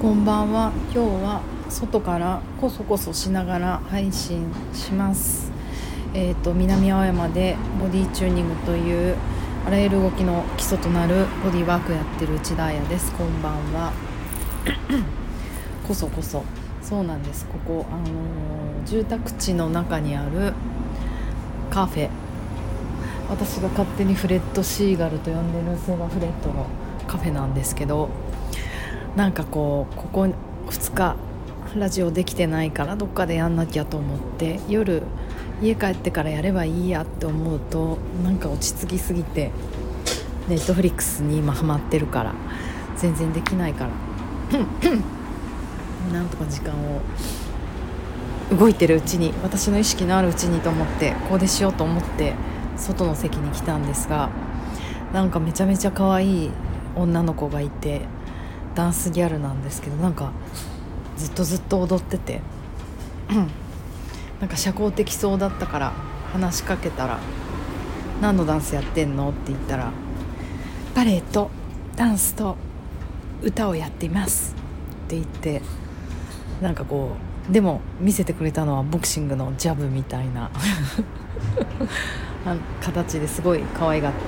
こんばんは。今日は外からこそこそしながら配信します。南青山でボディチューニングというあらゆる動きの基礎となるボディワークやってる内田彩です。こんばんは。こそこそそうなんです。ここ、住宅地の中にあるカフェ、私が勝手にフレッドシーガルと呼んでるセバフレッドのカフェなんですけど、なんかここ2日ラジオできてないからどっかでやんなきゃと思って、夜家帰ってからやればいいやって思うとなんか落ち着きすぎて、ネットフリックスに今ハマってるから全然できないからなんとか時間を動いてるうちに、私の意識のあるうちにと思ってこうでしようと思って外の席に来たんですが、なんかめちゃめちゃ可愛い女の子がいて、ダンスギャルなんですけど、なんかずっと踊っててなんか社交的そうだったから話しかけたら、何のダンスやってんのって言ったら、バレエとダンスと歌をやっていますって言って、なんかこうでも見せてくれたのはボクシングのジャブみたいな形ですごい可愛かった。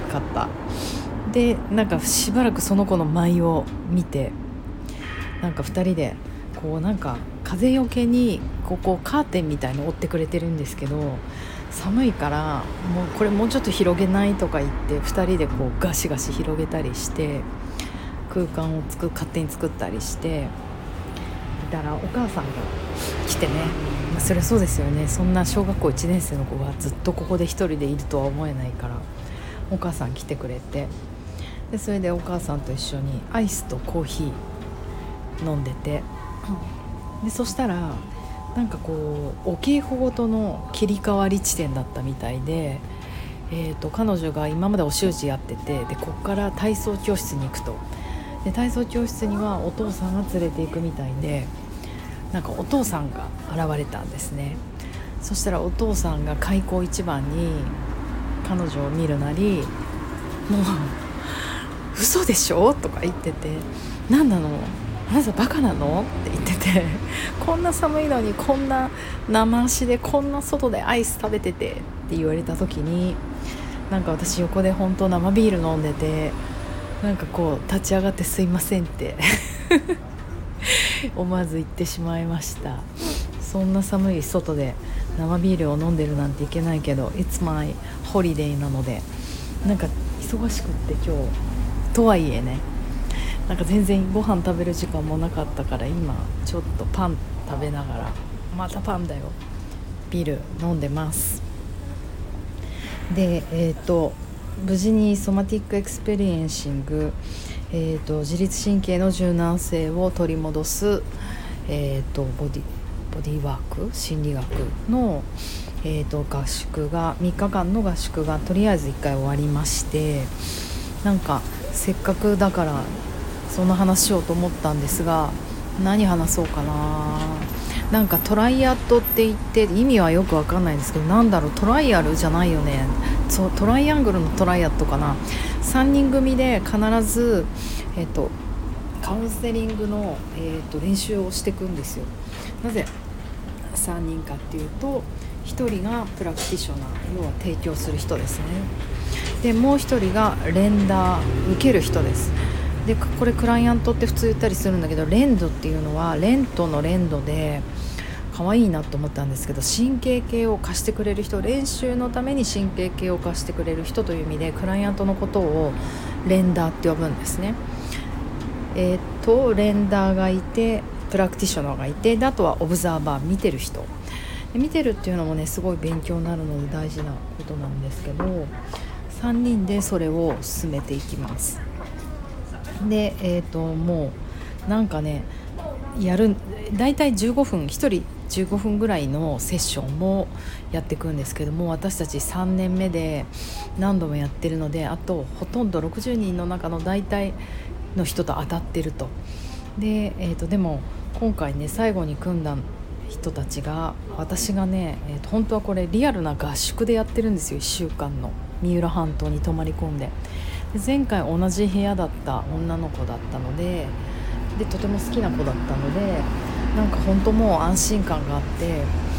でなんかしばらくその子の舞を見て、なんか2人でこうなんか風よけにここカーテンみたいの折ってくれてるんですけど、寒いからもうこれもうちょっと広げないとか言って2人でこうガシガシ広げたりして空間を勝手に作ったりしていたら、お母さんが来てね、そりゃそうですよね、そんな小学校1年生の子がずっとここで一人でいるとは思えないから、お母さん来てくれて、でそれでお母さんと一緒にアイスとコーヒー飲んでて、でそしたらなんかこうお稽古ごとの切り替わり地点だったみたいで、彼女が今までお習字やってて、でこっから体操教室に行くと、で体操教室にはお父さんが連れて行くみたいで、なんかお父さんが現れたんですね。そしたらお父さんが開口一番に彼女を見るなり、もう嘘でしょとか言ってて、何なのあなたバカなのって言ってて、こんな寒いのにこんな生足でこんな外でアイス食べててって言われた時に、なんか私横で本当生ビール飲んでて、なんかこう立ち上がってすいませんって思わず言ってしまいました。そんな寒い外で生ビールを飲んでるなんていけないけど It's my holiday なので、なんか忙しくって今日とはいえね、なんか全然ご飯食べる時間もなかったから、今ちょっとパン食べながら、またパンだよ、ビール飲んでます。で無事にソマティックエクスペリエンシング、自律神経の柔軟性を取り戻す、ボディワーク心理学の、合宿が3日間の合宿がとりあえず1回終わりまして、なんかせっかくだからその話しようと思ったんですが、何話そうかな。なんかトライアットって言って意味はよくわかんないんですけど、なんだろう、トライアルじゃないよね、そうトライアングルのトライアットかな。3人組で必ず、カウンセリングの、練習をしていくんですよ。なぜ3人かっていうと、1人がプラクティショナー、要は提供する人ですね。でもう1人がレンダー、受ける人です。でこれクライアントって普通言ったりするんだけど、レンドっていうのはレントのレンドで可愛いなと思ったんですけど、神経系を貸してくれる人、練習のために神経系を貸してくれる人という意味で、クライアントのことをレンダーって呼ぶんですね。レンダーがいて、プラクティショナーがいて、であとはオブザーバー、見てる人で、見てるっていうのもねすごい勉強になるので大事なことなんですけど、3人でそれを進めていきます。でもうなんかねだいたい15分1人15分ぐらいのセッションもやっていくんですけども、私たち3年目で何度もやってるので、あとほとんど60人の中の大体の人と当たってると。で、でも今回ね最後に組んだ人たちが、私がね、本当はこれリアルな合宿でやってるんですよ。1週間の三浦半島に泊まり込んで、前回同じ部屋だった女の子だったので、 でとても好きな子だったので、なんか本当もう安心感があって、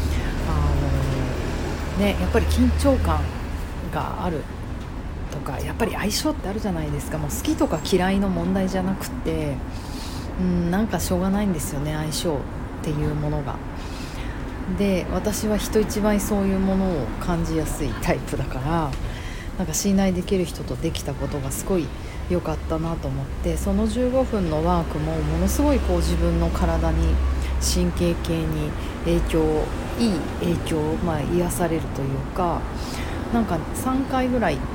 やっぱり緊張感があるとか、やっぱり相性ってあるじゃないですか。もう好きとか嫌いの問題じゃなくて、なんかしょうがないんですよね、相性っていうものが。で、私は人一倍そういうものを感じやすいタイプだから、なんか信頼できる人とできたことがすごい良かったなと思って、その15分のワークもものすごいこう自分の体に、神経系にいい影響を、癒されるというか、なんか3回ぐらい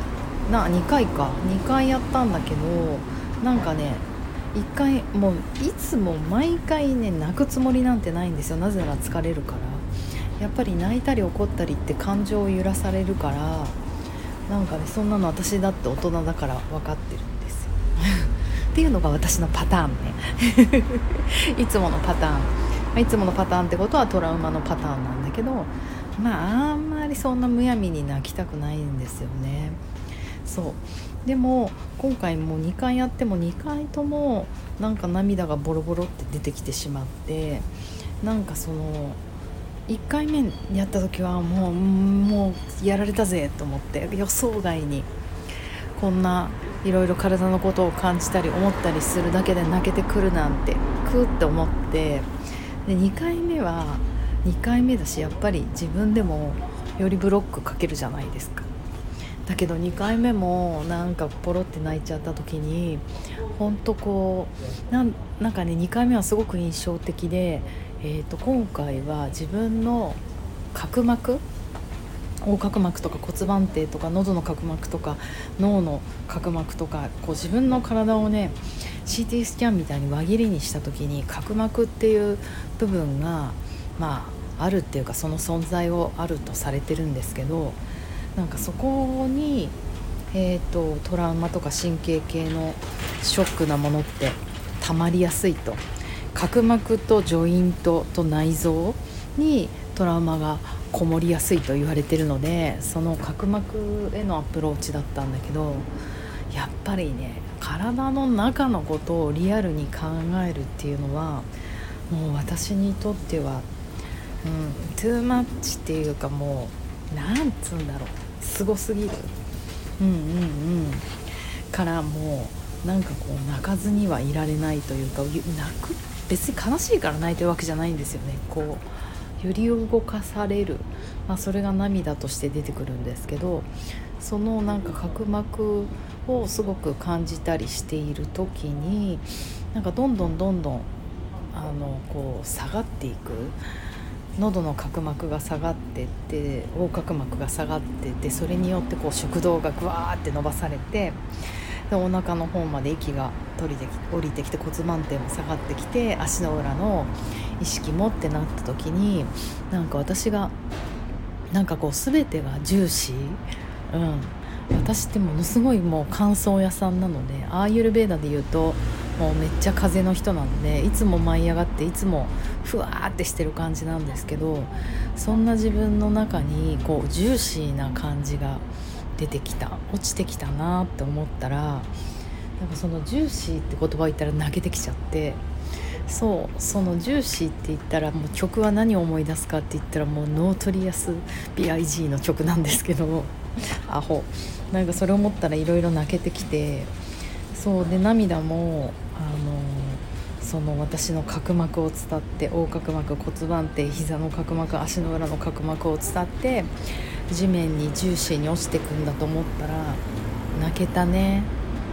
2回やったんだけど、なんかね1回もういつも毎回ね泣くつもりなんてないんですよ。なぜなら疲れるから。やっぱり泣いたり怒ったりって感情を揺らされるから、なんかねそんなの私だって大人だから分かってるんですよっていうのが私のパターンねいつものパターン、いつものパターンってことはトラウマのパターンなんだけど、あんまりそんなむやみに泣きたくないんですよね。そうでも今回も2回やっても2回ともなんか涙がボロボロって出てきてしまって、なんかその1回目やった時はもうやられたぜと思って、予想外にこんないろいろ体のことを感じたり思ったりするだけで泣けてくるなんてクーって思って、で2回目は2回目だし、やっぱり自分でもよりブロックかけるじゃないですか。だけど2回目もなんかポロって泣いちゃった時に、ほんとこうなんかね2回目はすごく印象的で、今回は自分の角膜、横隔膜とか骨盤底とか喉の角膜とか脳の角膜とか、こう自分の体をね CT スキャンみたいに輪切りにした時に、角膜っていう部分があるっていうか、その存在をあるとされてるんですけど、なんかそこに、トラウマとか神経系のショックなものって溜まりやすいと。角膜とジョイントと内臓にトラウマがこもりやすいと言われてるので、その角膜へのアプローチだったんだけど、やっぱりね体の中のことをリアルに考えるっていうのはもう私にとっては、トゥーマッチっていうか、もうなんつうんだろう、すごすぎる。からもうなんかこう泣かずにはいられないというか、別に悲しいから泣いてるわけじゃないんですよね。こう揺り動かされる、それが涙として出てくるんですけど、そのなんか角膜をすごく感じたりしている時に、なんかどんどんこう下がっていく、喉の角膜が下がってって、横隔膜が下がってって、それによってこう食道がぐわーって伸ばされて、でお腹の方まで息が降りてきて、骨盤底も下がってきて、足の裏の意識もってなった時に、なんか私がなんかこう全てがジューシー、私ってものすごいもう乾燥屋さんなので、アーユルベーダで言うともうめっちゃ風の人なので、いつも舞い上がっていつもふわーってしてる感じなんですけど、そんな自分の中にこうジューシーな感じが落ちてきたなって思ったら、なんかそのジューシーって言葉を言ったら泣けてきちゃって、そのジューシーって言ったらもう曲は何を思い出すかって言ったら、もうノートリアス BIG の曲なんですけどアホ、なんかそれ思ったらいろいろ泣けてきて、そうで涙もその私の角膜を伝って、横隔膜、骨盤底、膝の角膜、足の裏の角膜を伝って地面にジューシーに落ちてくんだと思ったら泣けたね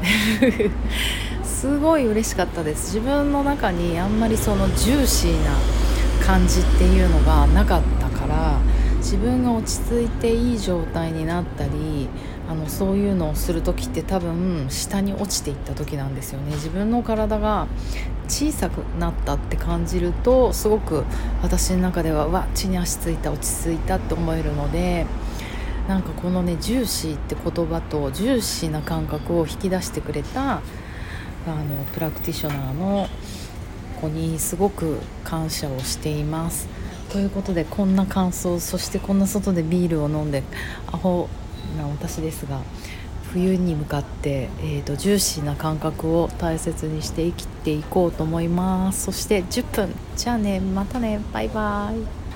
すごい嬉しかったです。自分の中にあんまりそのジューシーな感じっていうのがなかったから、自分が落ち着いていい状態になったり、そういうのをする時って多分下に落ちていった時なんですよね。自分の体が小さくなったって感じると、すごく私の中では地に足ついた、落ち着いたって思えるので、なんかこのねジューシーって言葉とジューシーな感覚を引き出してくれたプラクティショナーの子にすごく感謝をしています。ということで、こんな感想、そしてこんな外でビールを飲んでアホな私ですが、 冬に向かって、ジューシーな感覚を大切にして生きていこうと思います。そして10分、じゃあね、またね、バイバイ。